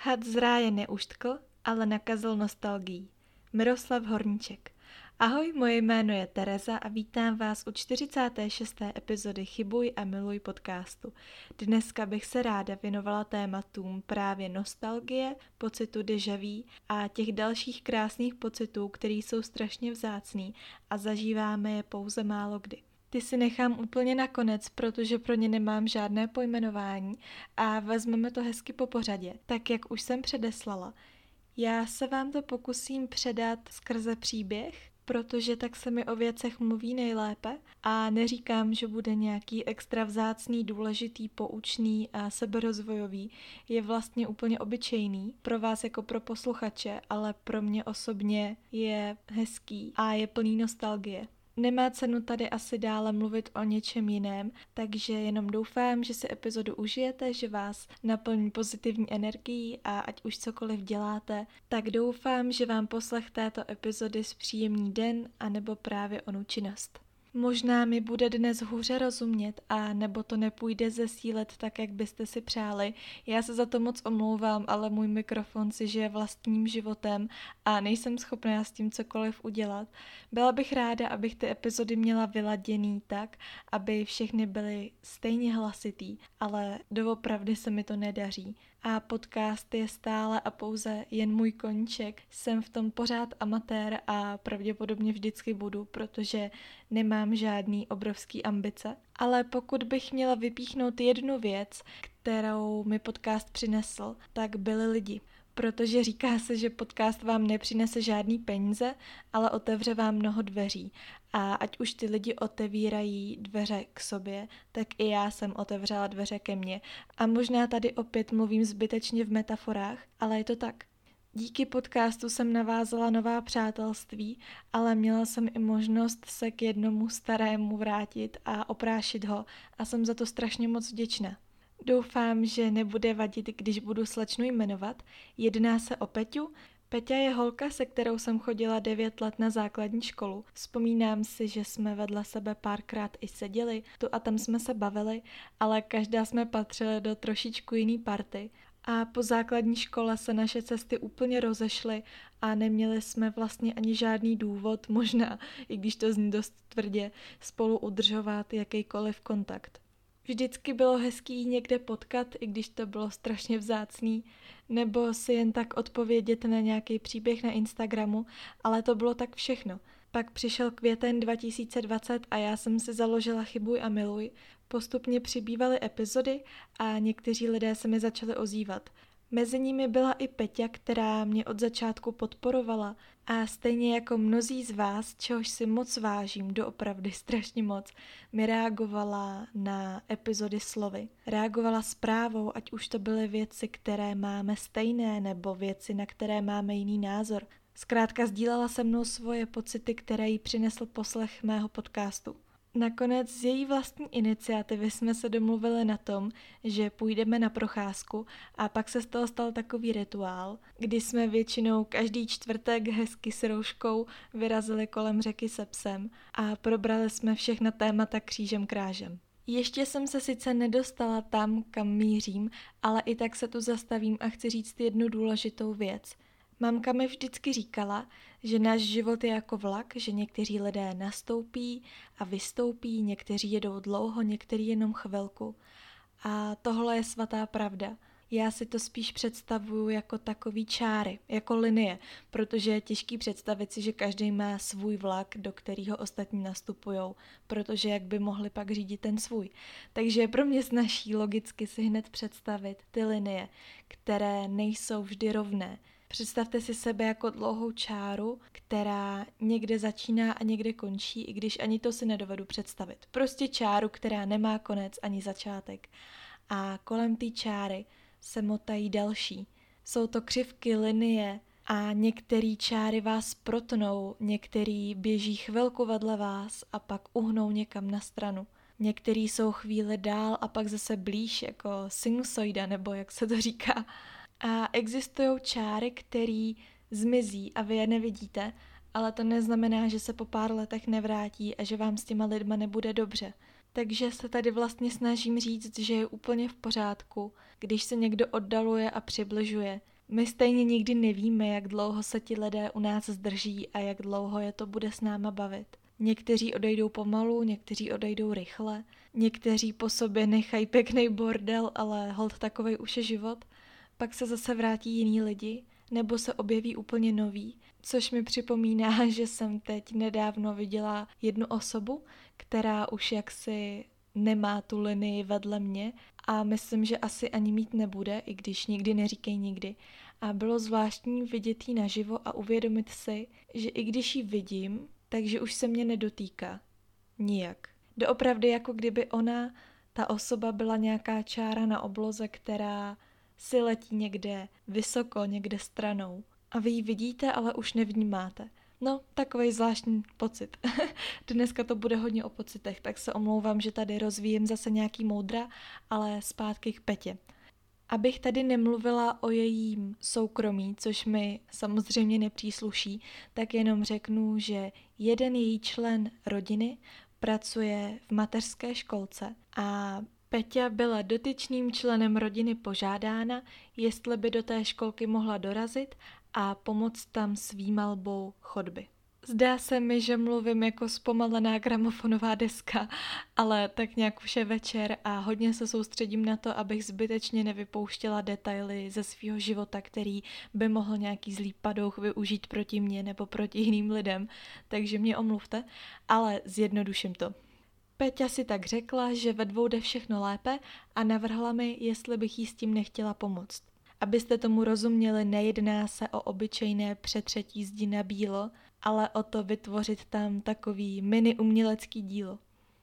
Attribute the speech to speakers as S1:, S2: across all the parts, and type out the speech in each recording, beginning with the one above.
S1: Had z ráje neuštkl, ale nakazil nostalgií. Miroslav Horníček. Ahoj, moje jméno je Tereza a vítám vás u 46. epizody Chybuj a miluj podcastu. Dneska bych se ráda věnovala tématům právě nostalgie, pocitu déjà vu a těch dalších krásných pocitů, které jsou strašně vzácný a zažíváme je pouze málo kdy. Ty si nechám úplně nakonec, protože pro ně nemám žádné pojmenování a vezmeme to hezky po pořadě, tak jak už jsem předeslala. Já se vám to pokusím předat skrze příběh, protože tak se mi o věcech mluví nejlépe a neříkám, že bude nějaký extra vzácný, důležitý, poučný a seberozvojový. Je vlastně úplně obyčejný pro vás jako pro posluchače, ale pro mě osobně je hezký a je plný nostalgie. Nemá cenu tady asi dále mluvit o něčem jiném, takže jenom doufám, že si epizodu užijete, že vás naplní pozitivní energií a ať už cokoliv děláte, tak doufám, že vám poslech této epizody zpříjemní den anebo právě onu činnost. Možná mi bude dnes hůře rozumět a nebo to nepůjde zesílit tak, jak byste si přáli. Já se za to moc omlouvám, ale můj mikrofon si žije vlastním životem a nejsem schopná s tím cokoliv udělat. Byla bych ráda, abych ty epizody měla vyladěný tak, aby všechny byly stejně hlasitý, ale doopravdy se mi to nedaří. A podcast je stále a pouze jen můj koníček. Jsem v tom pořád amatér a pravděpodobně vždycky budu, protože nemám žádný obrovský ambice. Ale pokud bych měla vypíchnout jednu věc, kterou mi podcast přinesl, tak byli lidi. Protože říká se, že podcast vám nepřinese žádný peníze, ale otevře vám mnoho dveří. A ať už ty lidi otevírají dveře k sobě, tak i já jsem otevřela dveře ke mně. A možná tady opět mluvím zbytečně v metaforách, ale je to tak. Díky podcastu jsem navázala nová přátelství, ale měla jsem i možnost se k jednomu starému vrátit a oprášit ho a jsem za to strašně moc vděčná. Doufám, že nebude vadit, když budu slečnu jmenovat. Jedná se o Peťu. Peťa je holka, se kterou jsem chodila 9 let na základní školu. Vzpomínám si, že jsme vedle sebe párkrát i seděli, tu a tam jsme se bavili, ale každá jsme patřili do trošičku jiný party. A po základní škole se naše cesty úplně rozešly a neměli jsme vlastně ani žádný důvod, možná, i když to zní dost tvrdě, spolu udržovat jakýkoliv kontakt. Vždycky bylo hezký jí někde potkat, i když to bylo strašně vzácný, nebo si jen tak odpovědět na nějaký příběh na Instagramu, ale to bylo tak všechno. Pak přišel květen 2020 a já jsem si založila Chybuj a miluj. Postupně přibývaly epizody a někteří lidé se mi začali ozývat. Mezi nimi byla i Peťa, která mě od začátku podporovala a stejně jako mnozí z vás, čehož si moc vážím, doopravdy strašně moc, mi reagovala na epizody slovy. Reagovala zprávou, ať už to byly věci, které máme stejné, nebo věci, na které máme jiný názor. Zkrátka sdílela se mnou svoje pocity, které jí přinesl poslech mého podcastu. Nakonec z její vlastní iniciativy jsme se domluvili na tom, že půjdeme na procházku a pak se z toho stal takový rituál, kdy jsme většinou každý čtvrtek hezky s rouškou vyrazili kolem řeky se psem a probrali jsme všechna témata křížem krážem. Ještě jsem se sice nedostala tam, kam mířím, ale i tak se tu zastavím a chci říct jednu důležitou věc. Mamka mi vždycky říkala, že náš život je jako vlak, že někteří lidé nastoupí a vystoupí, někteří jedou dlouho, někteří jenom chvilku. A tohle je svatá pravda. Já si to spíš představuju jako takový čáry, jako linie, protože je těžký představit si, že každý má svůj vlak, do kterého ostatní nastupujou, protože jak by mohli pak řídit ten svůj. Takže je pro mě snazší logicky si hned představit ty linie, které nejsou vždy rovné. Představte si sebe jako dlouhou čáru, která někde začíná a někde končí, i když ani to si nedovedu představit. Prostě čáru, která nemá konec ani začátek. A kolem té čáry se motají další. Jsou to křivky, linie a některé čáry vás protnou, některý běží chvilku vedle vás a pak uhnou někam na stranu. Některý jsou chvíli dál a pak zase blíž, jako sinusoida, nebo jak se to říká. A existují čáry, které zmizí a vy je nevidíte, ale to neznamená, že se po pár letech nevrátí a že vám s těma lidma nebude dobře. Takže se tady vlastně snažím říct, že je úplně v pořádku, když se někdo oddaluje a přibližuje. My stejně nikdy nevíme, jak dlouho se ti lidé u nás zdrží a jak dlouho je to bude s náma bavit. Někteří odejdou pomalu, někteří odejdou rychle, někteří po sobě nechají pěkný bordel, ale holt takovej už je život. Pak se zase vrátí jiní lidi, nebo se objeví úplně noví, což mi připomíná, že jsem teď nedávno viděla jednu osobu, která už jaksi nemá tu linii vedle mě a myslím, že asi ani mít nebude, i když nikdy neříkej nikdy. A bylo zvláštní vidět jí naživo a uvědomit si, že i když ji vidím, takže už se mě nedotýká. Nijak. Doopravdy jako kdyby ona, ta osoba, byla nějaká čára na obloze, která si letí někde vysoko, někde stranou. A vy ji vidíte, ale už nevnímáte. No, takovej zvláštní pocit. Dneska to bude hodně o pocitech, tak se omlouvám, že tady rozvíjím zase nějaký moudra, ale zpátky k Petě. Abych tady nemluvila o jejím soukromí, což mi samozřejmě nepřísluší, tak jenom řeknu, že jeden její člen rodiny pracuje v mateřské školce a Peťa byla dotyčným členem rodiny požádána, jestli by do té školky mohla dorazit a pomoct tam s výmalbou chodby. Zdá se mi, že mluvím jako zpomalená gramofonová deska, ale tak nějak už je večer a hodně se soustředím na to, abych zbytečně nevypouštěla detaily ze svého života, který by mohl nějaký zlý padouch využít proti mně nebo proti jiným lidem, takže mě omluvte, ale zjednoduším to. Peťa si tak řekla, že ve dvou jde všechno lépe a navrhla mi, jestli bych jí s tím nechtěla pomoct. Abyste tomu rozuměli, nejedná se o obyčejné přetřetí zdi na bílo, ale o to vytvořit tam takový mini umělecký dílo.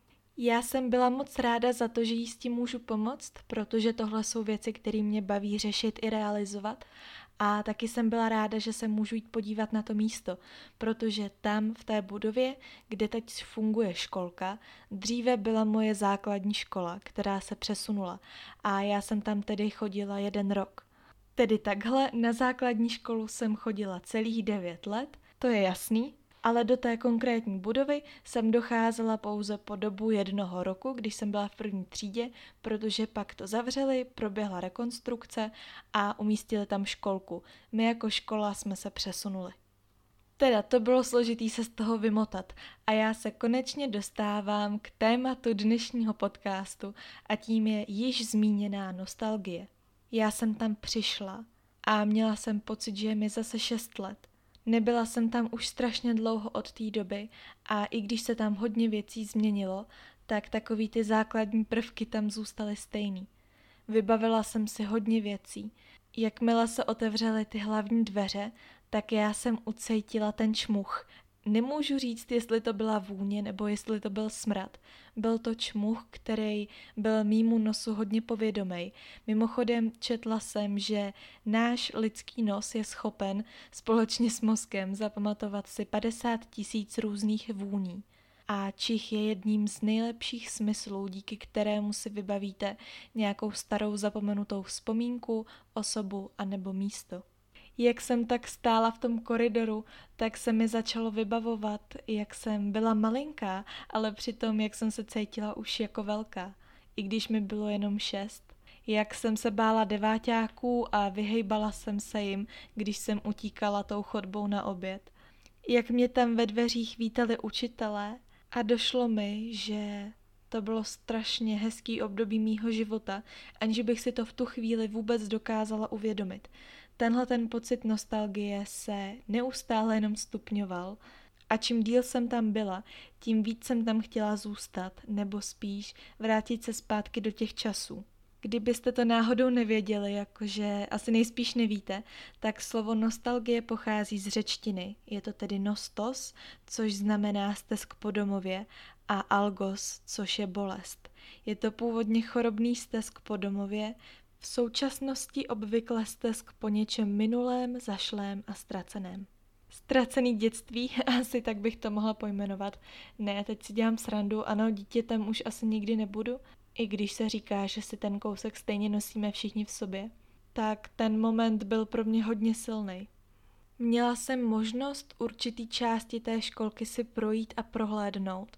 S1: Já jsem byla moc ráda za to, že jí s tím můžu pomoct, protože tohle jsou věci, které mě baví řešit i realizovat. A taky jsem byla ráda, že se můžu jít podívat na to místo, protože tam v té budově, kde teď funguje školka, dříve byla moje základní škola, která se přesunula a já jsem tam tedy chodila 1 rok. Tedy takhle na základní školu jsem chodila celých 9 let, to je jasný, ale do té konkrétní budovy jsem docházela pouze po dobu 1 roku, když jsem byla v 1. třídě, protože pak to zavřeli, proběhla rekonstrukce a umístili tam školku. My jako škola jsme se přesunuli. Teda to bylo složitý se z toho vymotat a já se konečně dostávám k tématu dnešního podcastu a tím je již zmíněná nostalgie. Já jsem tam přišla a měla jsem pocit, že je mi zase 6 let. Nebyla jsem tam už strašně dlouho od té doby a i když se tam hodně věcí změnilo, tak takový ty základní prvky tam zůstaly stejný. Vybavila jsem si hodně věcí. Jakmile se otevřely ty hlavní dveře, tak já jsem ucítila ten čmuch. Nemůžu říct, jestli to byla vůně nebo jestli to byl smrad. Byl to čmuch, který byl mýmu nosu hodně povědomej. Mimochodem četla jsem, že náš lidský nos je schopen společně s mozkem zapamatovat si 50 000 různých vůní. A čich je jedním z nejlepších smyslů, díky kterému si vybavíte nějakou starou zapomenutou vzpomínku, osobu anebo místo. Jak jsem tak stála v tom koridoru, tak se mi začalo vybavovat, jak jsem byla malinká, ale přitom jak jsem se cítila už jako velká, i když mi bylo jenom 6. Jak jsem se bála deváťáků a vyhejbala jsem se jim, když jsem utíkala tou chodbou na oběd. Jak mě tam ve dveřích vítali učitelé a došlo mi, že to bylo strašně hezký období mýho života, aniž bych si to v tu chvíli vůbec dokázala uvědomit. Tenhle ten pocit nostalgie se neustále jenom stupňoval a čím díl jsem tam byla, tím víc jsem tam chtěla zůstat, nebo spíš vrátit se zpátky do těch časů. Kdybyste to náhodou nevěděli, jakože asi nejspíš nevíte, tak slovo nostalgie pochází z řečtiny. Je to tedy nostos, což znamená stesk po domově, a algos, což je bolest. Je to původně chorobný stesk po domově, v současnosti obvykle stesk po něčem minulém, zašlém a ztraceném. Ztracený dětství, asi tak bych to mohla pojmenovat. Ne, teď si dělám srandu, ano, dítětem už asi nikdy nebudu, i když se říká, že si ten kousek stejně nosíme všichni v sobě, tak ten moment byl pro mě hodně silný. Měla jsem možnost určitý části té školky si projít a prohlédnout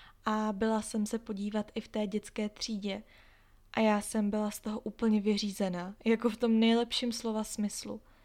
S1: a byla jsem se podívat i v té dětské třídě a já jsem byla z toho úplně vyřízená, jako v tom nejlepším slova smyslu.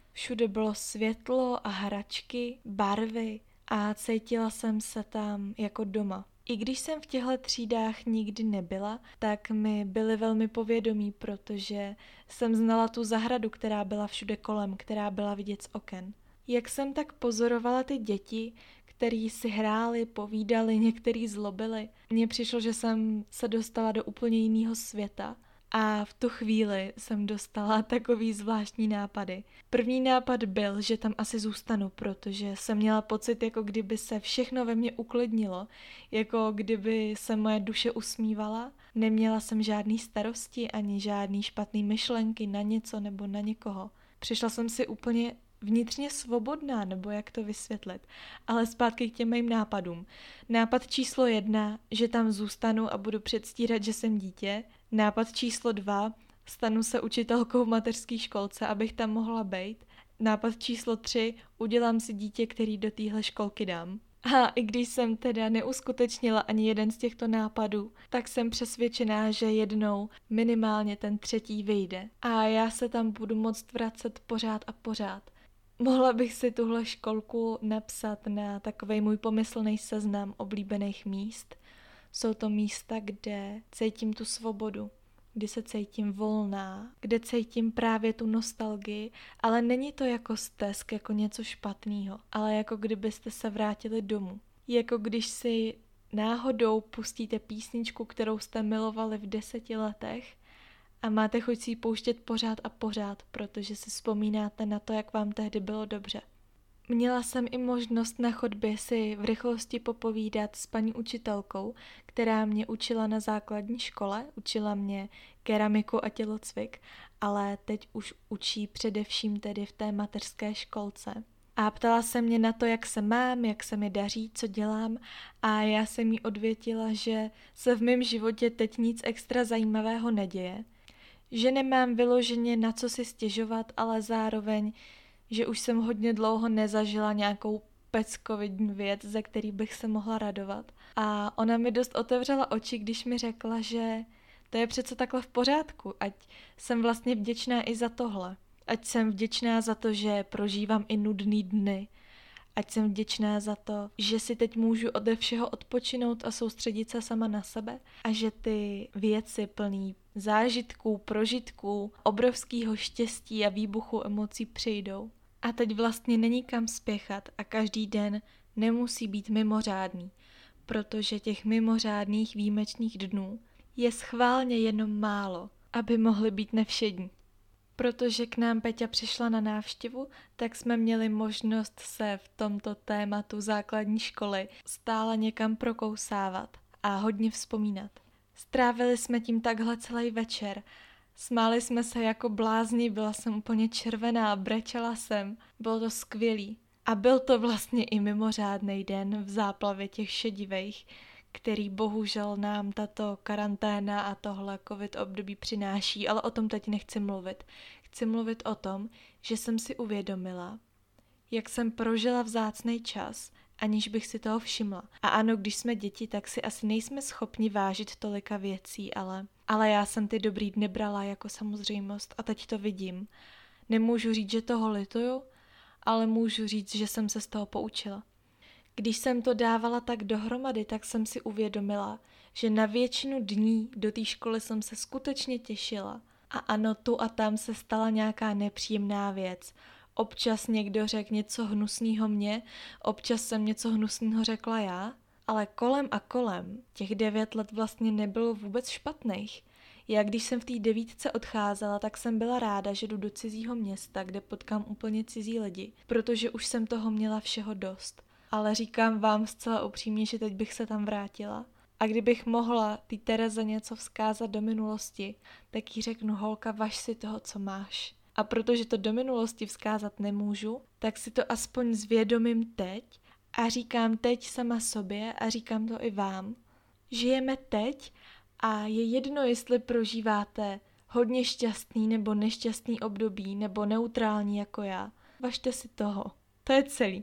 S1: Všude bylo světlo a hračky, barvy a cítila jsem se tam jako doma. I když jsem v těchto třídách nikdy nebyla, tak mi byly velmi povědomí, protože jsem znala tu zahradu, která byla všude kolem, která byla vidět z oken. Jak jsem tak pozorovala ty děti, který si hráli, povídali, některý zlobili, mně přišlo, že jsem se dostala do úplně jiného světa. A v tu chvíli jsem dostala takový zvláštní nápady. První nápad byl, že tam asi zůstanu, protože jsem měla pocit, jako kdyby se všechno ve mně uklidnilo, jako kdyby se moje duše usmívala. Neměla jsem žádný starosti ani žádný špatný myšlenky na něco nebo na někoho. Přišla jsem si úplně vnitřně svobodná, nebo jak to vysvětlit. Ale zpátky k těm mým nápadům. Nápad číslo 1, že tam zůstanu a budu předstírat, že jsem dítě. Nápad číslo 2, stanu se učitelkou v mateřské školce, abych tam mohla bejt. Nápad číslo 3, udělám si dítě, který do téhle školky dám. A i když jsem teda neuskutečnila ani jeden z těchto nápadů, tak jsem přesvědčená, že jednou minimálně ten třetí vyjde. A já se tam budu moct vracet pořád a pořád. Mohla bych si tuhle školku napsat na takovej můj pomyslný seznam oblíbených míst. Jsou to místa, kde cítím tu svobodu, kdy se cítím volná, kde cítím právě tu nostalgii, ale není to jako stesk, jako něco špatného, ale jako kdybyste se vrátili domů. Jako když si náhodou pustíte písničku, kterou jste milovali v 10 letech a máte chuť si ji pouštět pořád a pořád, protože si vzpomínáte na to, jak vám tehdy bylo dobře. Měla jsem i možnost na chodbě si v rychlosti popovídat s paní učitelkou, která mě učila na základní škole, učila mě keramiku a tělocvik, ale teď už učí především tedy v té mateřské školce. A ptala se mě na to, jak se mám, jak se mi daří, co dělám a já jsem jí odvětila, že se v mém životě teď nic extra zajímavého neděje, že nemám vyloženě na co si stěžovat, ale zároveň že už jsem hodně dlouho nezažila nějakou peckovidní věc, ze který bych se mohla radovat. A ona mi dost otevřela oči, když mi řekla, že to je přece takhle v pořádku, ať jsem vlastně vděčná i za tohle. Ať jsem vděčná za to, že prožívám i nudný dny. Ať jsem vděčná za to, že si teď můžu ode všeho odpočinout a soustředit se sama na sebe. A že ty věci plný zážitků, prožitků, obrovského štěstí a výbuchu emocí přijdou. A teď vlastně není kam spěchat a každý den nemusí být mimořádný, protože těch mimořádných výjimečných dnů je schválně jenom málo, aby mohly být nevšední. Protože k nám Peťa přišla na návštěvu, tak jsme měli možnost se v tomto tématu základní školy stále někam prokousávat a hodně vzpomínat. Strávili jsme tím takhle celý večer. Smáli jsme se jako blázni, byla jsem úplně červená, brečela jsem. Bylo to skvělý. A byl to vlastně i mimořádný den v záplavě těch šedivých, který bohužel nám tato karanténa a tohle covid období přináší, ale o tom teď nechci mluvit. Chci mluvit o tom, že jsem si uvědomila, jak jsem prožila vzácný čas, aniž bych si toho všimla. A ano, když jsme děti, tak si asi nejsme schopni vážit tolika věcí, ale já jsem ty dobrý dny brala jako samozřejmost a teď to vidím. Nemůžu říct, že toho lituju, ale můžu říct, že jsem se z toho poučila. Když jsem to dávala tak dohromady, tak jsem si uvědomila, že na většinu dní do té školy jsem se skutečně těšila. A ano, tu a tam se stala nějaká nepříjemná věc. Občas někdo řekl něco hnusného mně, občas jsem něco hnusného řekla já, ale kolem a kolem těch 9 let vlastně nebylo vůbec špatných. Já když jsem v té 9 odcházela, tak jsem byla ráda, že jdu do cizího města, kde potkám úplně cizí lidi, protože už jsem toho měla všeho dost. Ale říkám vám zcela upřímně, že teď bych se tam vrátila. A kdybych mohla té Tereze něco vzkázat do minulosti, tak jí řeknu, holka, važ si toho, co máš. A protože to do minulosti vzkázat nemůžu, tak si to aspoň zvědomím teď a říkám teď sama sobě a říkám to i vám. Žijeme teď a je jedno, jestli prožíváte hodně šťastný nebo nešťastný období nebo neutrální jako já. Važte si toho. To je celý.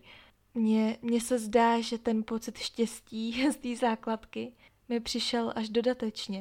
S1: Mně se zdá, že ten pocit štěstí z té základky mi přišel až dodatečně.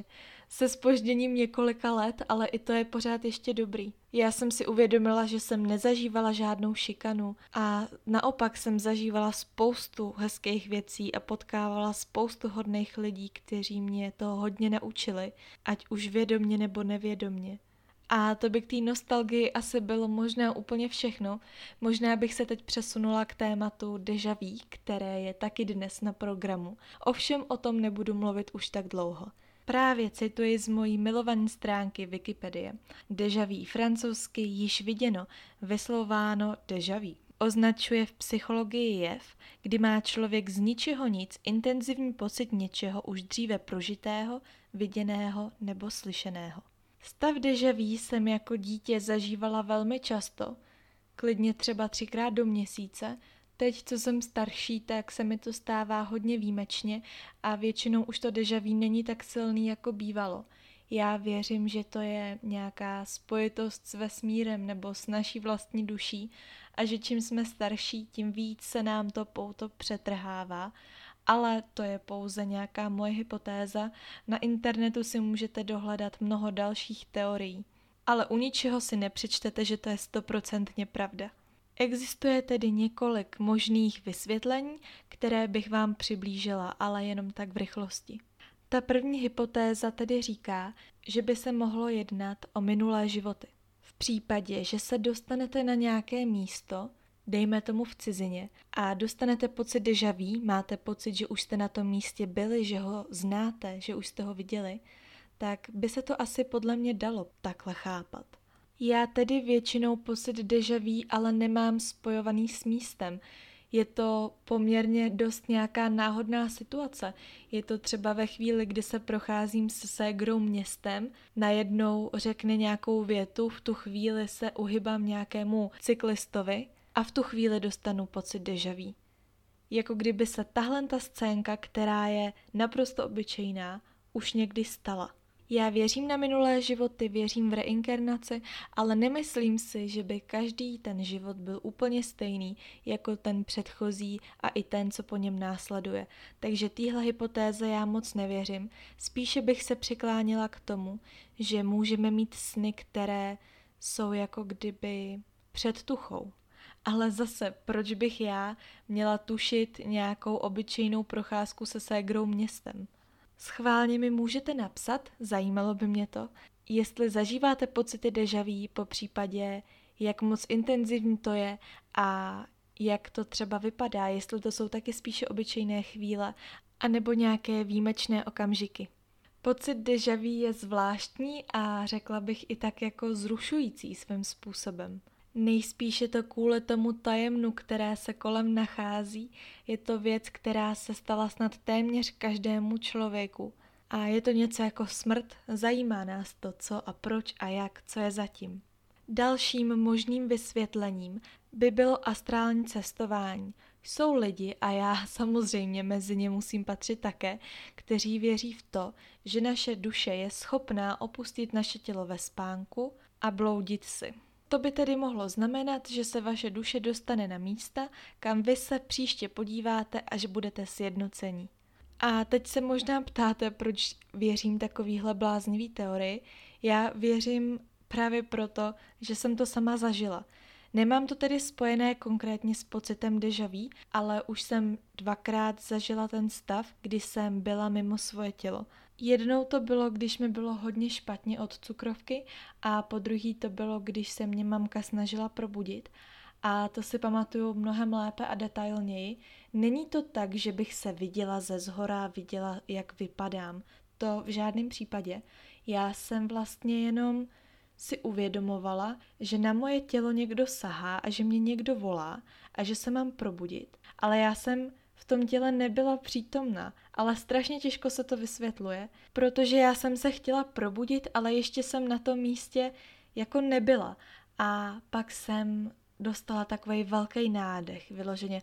S1: se zpožděním několika let, ale i to je pořád ještě dobrý. Já jsem si uvědomila, že jsem nezažívala žádnou šikanu a naopak jsem zažívala spoustu hezkých věcí a potkávala spoustu hodných lidí, kteří mě to hodně naučili, ať už vědomně nebo nevědomně. A to by k té nostalgii asi bylo možná úplně všechno. Možná bych se teď přesunula k tématu déjà vu, které je taky dnes na programu. Ovšem o tom nebudu mluvit už tak dlouho. Právě cituji z mojí milované stránky Wikipedie. Déjà vu francouzsky již viděno, vyslováno déjà vu. Označuje v psychologii jev, kdy má člověk z ničeho nic intenzivní pocit něčeho už dříve prožitého, viděného nebo slyšeného. Stav déjà vu jsem jako dítě zažívala velmi často, klidně třeba 3krát do měsíce. Teď, co jsem starší, tak se mi to stává hodně výjimečně a většinou už to déjà vu není tak silný, jako bývalo. Já věřím, že to je nějaká spojitost s vesmírem nebo s naší vlastní duší a že čím jsme starší, tím víc se nám to pouto přetrhává. Ale to je pouze nějaká moje hypotéza. Na internetu si můžete dohledat mnoho dalších teorií. Ale u ničeho si nepřečtete, že to je 100% pravda. Existuje tedy několik možných vysvětlení, které bych vám přiblížila, ale jenom tak v rychlosti. Ta první hypotéza tedy říká, že by se mohlo jednat o minulé životy. V případě, že se dostanete na nějaké místo, dejme tomu v cizině, a dostanete pocit déjà vu, máte pocit, že už jste na tom místě byli, že ho znáte, že už jste ho viděli, tak by se to asi podle mě dalo takhle chápat. Já tedy většinou pocit déjà vu ale nemám spojovaný s místem. Je to poměrně dost nějaká náhodná situace. Je to třeba ve chvíli, kdy se procházím se ségrou městem, najednou řekne nějakou větu, v tu chvíli se uhybám nějakému cyklistovi a v tu chvíli dostanu pocit déjà vu. Jako kdyby se tahle ta scénka, která je naprosto obyčejná, už někdy stala. Já věřím na minulé životy, věřím v reinkarnaci, ale nemyslím si, že by každý ten život byl úplně stejný jako ten předchozí a i ten, co po něm následuje. Takže téhle hypotéze já moc nevěřím. Spíše bych se přikláněla k tomu, že můžeme mít sny, které jsou jako kdyby před tuchou. Ale zase, proč bych já měla tušit nějakou obyčejnou procházku se ségrou městem? Schválně mi můžete napsat, zajímalo by mě to, jestli zažíváte pocity déjà vu, po případě, jak moc intenzivní to je a jak to třeba vypadá, jestli to jsou taky spíše obyčejné chvíle, anebo nějaké výjimečné okamžiky. Pocit déjà vu je zvláštní a řekla bych i tak jako zrušující svým způsobem. Nejspíš je to kvůli tomu tajemnu, které se kolem nachází. Je to věc, která se stala snad téměř každému člověku. A je to něco jako smrt, zajímá nás to, co a proč a jak, co je zatím. Dalším možným vysvětlením by bylo astrální cestování. Jsou lidi, a já samozřejmě mezi ně musím patřit také, kteří věří v to, že naše duše je schopná opustit naše tělo ve spánku a bloudit si. To by tedy mohlo znamenat, že se vaše duše dostane na místa, kam vy se příště podíváte, až budete sjednocení. A teď se možná ptáte, proč věřím takovýhle bláznivý teorii. Já věřím právě proto, že jsem to sama zažila. Nemám to tedy spojené konkrétně s pocitem déjà vu, ale už jsem 2krát zažila ten stav, kdy jsem byla mimo svoje tělo. Jednou to bylo, když mi bylo hodně špatně od cukrovky a po druhý to bylo, když se mě mamka snažila probudit. A to si pamatuju mnohem lépe a detailněji. Není to tak, že bych se viděla ze zhora, viděla, jak vypadám. To v žádném případě. Já jsem vlastně jenom si uvědomovala, že na moje tělo někdo sahá a že mě někdo volá a že se mám probudit. Ale já jsem v tom těle nebyla přítomna, ale strašně těžko se to vysvětluje, protože já jsem se chtěla probudit, ale ještě jsem na tom místě jako nebyla. A pak jsem dostala takovej velký nádech, vyloženě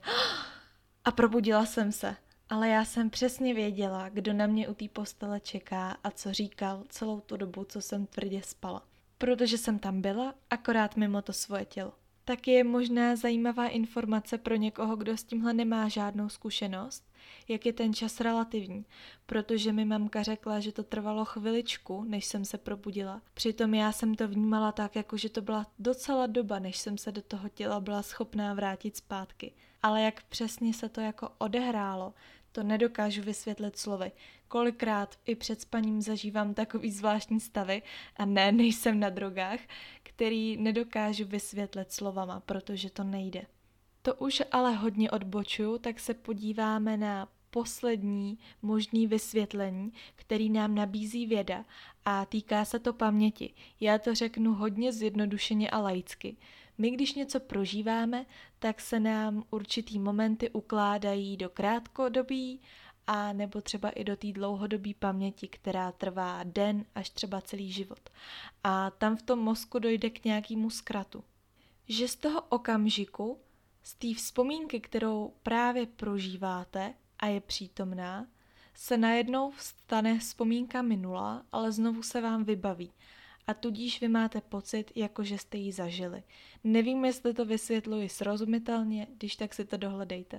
S1: a probudila jsem se. Ale já jsem přesně věděla, kdo na mě u té postele čeká a co říkal celou tu dobu, co jsem tvrdě spala. Protože jsem tam byla, akorát mimo to svoje tělo. Taky je možná zajímavá informace pro někoho, kdo s tímhle nemá žádnou zkušenost, jak je ten čas relativní, protože mi mamka řekla, že to trvalo chviličku, než jsem se probudila. Přitom já jsem to vnímala tak, jako že to byla docela doba, než jsem se do toho těla byla schopná vrátit zpátky. Ale jak přesně se to jako odehrálo, to nedokážu vysvětlit slovy. Kolikrát i před spaním zažívám takový zvláštní stavy a ne, nejsem na drogách, který nedokážu vysvětlit slovama, protože to nejde. To už ale hodně odbočuju, tak se podíváme na poslední možný vysvětlení, který nám nabízí věda a týká se to paměti. Já to řeknu hodně zjednodušeně a laicky. My, když něco prožíváme, tak se nám určitý momenty ukládají do krátkodobí a nebo třeba i do té dlouhodobé paměti, která trvá den až třeba celý život. A tam v tom mozku dojde k nějakému zkratu. Že z toho okamžiku, z té vzpomínky, kterou právě prožíváte a je přítomná, se najednou stane vzpomínka minulá, ale znovu se vám vybaví. A tudíž vy máte pocit, jako že jste ji zažili. Nevím, jestli to vysvětluji srozumitelně, když tak si to dohledejte.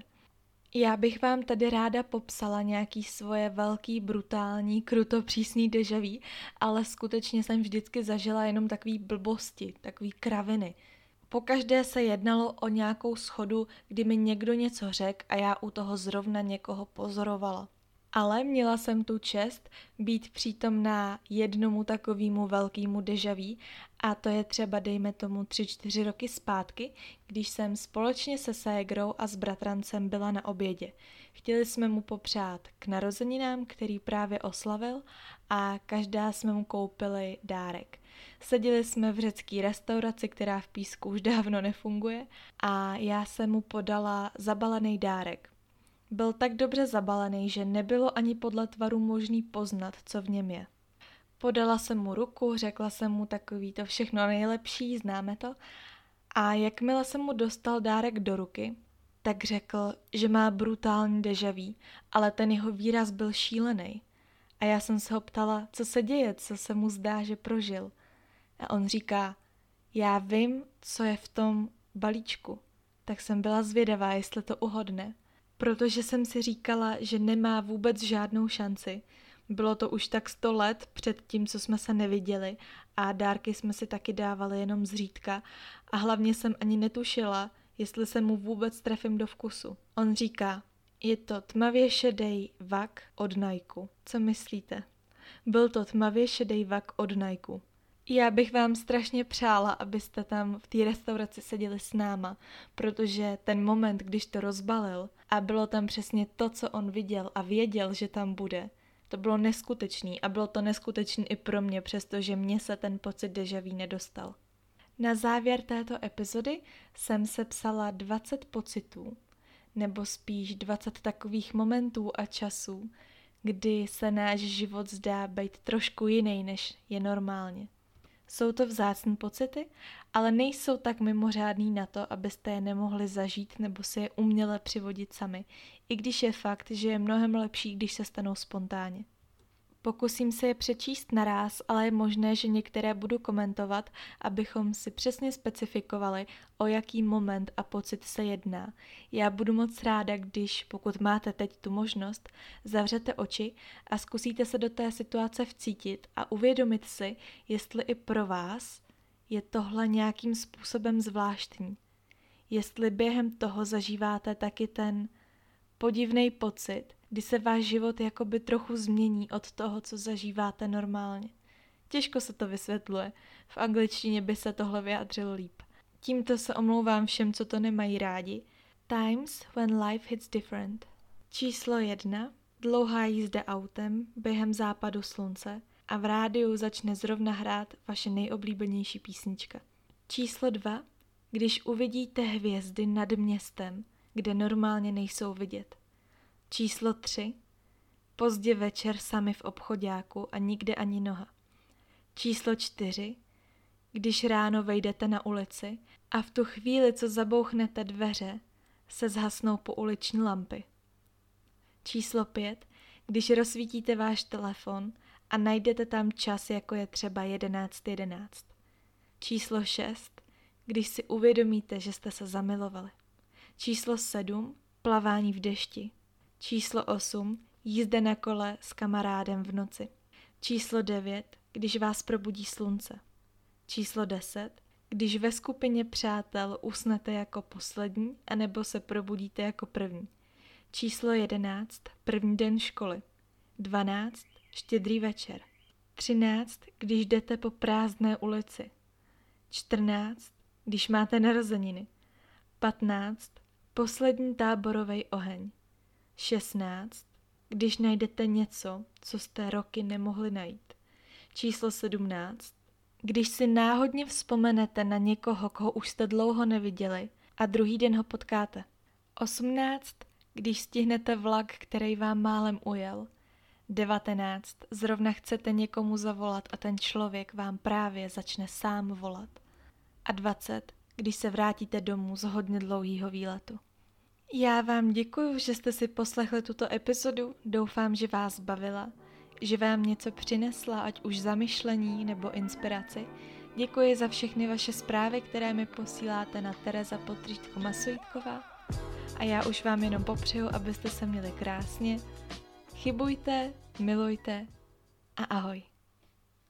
S1: Já bych vám tady ráda popsala nějaký svoje velký, brutální, krutopřísný déjà vu, ale skutečně jsem vždycky zažila jenom takový blbosti, takový kraviny. Pokaždé se jednalo o nějakou schodu, kdy mi někdo něco řekl a já u toho zrovna někoho pozorovala. Ale měla jsem tu čest být přítomná jednomu takovému velkému déjà vu a to je třeba dejme tomu 3-4 roky zpátky, když jsem společně se ségrou a s bratrancem byla na obědě. Chtěli jsme mu popřát k narozeninám, který právě oslavil a každá jsme mu koupili dárek. Seděli jsme v řecké restauraci, která v Písku už dávno nefunguje a já jsem mu podala zabalený dárek. Byl tak dobře zabalený, že nebylo ani podle tvaru možný poznat, co v něm je. Podala jsem mu ruku, řekla jsem mu takový to všechno nejlepší, známe to. A jakmile jsem mu dostal dárek do ruky, tak řekl, že má brutální déjà vu, ale ten jeho výraz byl šílený. A já jsem se ho ptala, co se děje, co se mu zdá, že prožil. A on říká, já vím, co je v tom balíčku. Tak jsem byla zvědavá, jestli to uhodne. Protože jsem si říkala, že nemá vůbec žádnou šanci. Bylo to už tak 100 let před tím, co jsme se neviděli a dárky jsme si taky dávali jenom zřídka a hlavně jsem ani netušila, jestli se mu vůbec trefím do vkusu. On říká, je to tmavě šedej vak od Nike. Co myslíte? Byl to tmavě šedej vak od Nike. Já bych vám strašně přála, abyste tam v té restauraci seděli s náma, protože ten moment, když to rozbalil a bylo tam přesně to, co on viděl a věděl, že tam bude, to bylo neskutečný a bylo to neskutečný i pro mě, přestože mně se ten pocit déjà vu nedostal. Na závěr této epizody jsem sepsala 20 pocitů, nebo spíš 20 takových momentů a časů, kdy se náš život zdá být trošku jiný, než je normálně. Jsou to vzácné pocity, ale nejsou tak mimořádný na to, abyste je nemohli zažít nebo si je uměle přivodit sami, i když je fakt, že je mnohem lepší, když se stanou spontánně. Pokusím se je přečíst naráz, ale je možné, že některé budu komentovat, abychom si přesně specifikovali, o jaký moment a pocit se jedná. Já budu moc ráda, když, pokud máte teď tu možnost, zavřete oči a zkusíte se do té situace vcítit a uvědomit si, jestli i pro vás je tohle nějakým způsobem zvláštní. Jestli během toho zažíváte taky ten podivný pocit, kdy se váš život jakoby trochu změní od toho, co zažíváte normálně. Těžko se to vysvětluje, v angličtině by se tohle vyjádřilo líp. Tímto se omlouvám všem, co to nemají rádi. Times when life hits different. Číslo 1. Dlouhá jízda autem během západu slunce a v rádiu začne zrovna hrát vaše nejoblíbenější písnička. Číslo 2. Když uvidíte hvězdy nad městem, kde normálně nejsou vidět. Číslo 3. Pozdě večer sami v obchoďáku a nikde ani noha. Číslo 4. Když ráno vejdete na ulici a v tu chvíli, co zabouchnete dveře, se zhasnou pouliční lampy. Číslo 5. Když rozsvítíte váš telefon a najdete tam čas, jako je třeba 11:11. Číslo 6. Když si uvědomíte, že jste se zamilovali. Číslo 7. Plavání v dešti. Číslo 8. Jízda na kole s kamarádem v noci. Číslo 9. Když vás probudí slunce. Číslo 10. Když ve skupině přátel usnete jako poslední, anebo se probudíte jako první. Číslo 11. První den školy. 12. Štědrý večer. 13. Když jdete po prázdné ulici. 14. Když máte narozeniny. 15. Poslední táborovej oheň. 16. Když najdete něco, co jste roky nemohli najít. Číslo 17. Když si náhodně vzpomenete na někoho, koho už jste dlouho neviděli a druhý den ho potkáte. 18. Když stihnete vlak, který vám málem ujel. 19. Zrovna chcete někomu zavolat a ten člověk vám právě začne sám volat. A 20. Když se vrátíte domů z hodně dlouhého výletu. Já vám děkuju, že jste si poslechli tuto epizodu, doufám, že vás bavila, že vám něco přinesla, ať už zamyšlení nebo inspiraci. Děkuji za všechny vaše zprávy, které mi posíláte na Tereza_Masojítková a já už vám jenom popřeju, abyste se měli krásně. Chybujte, milujte a ahoj.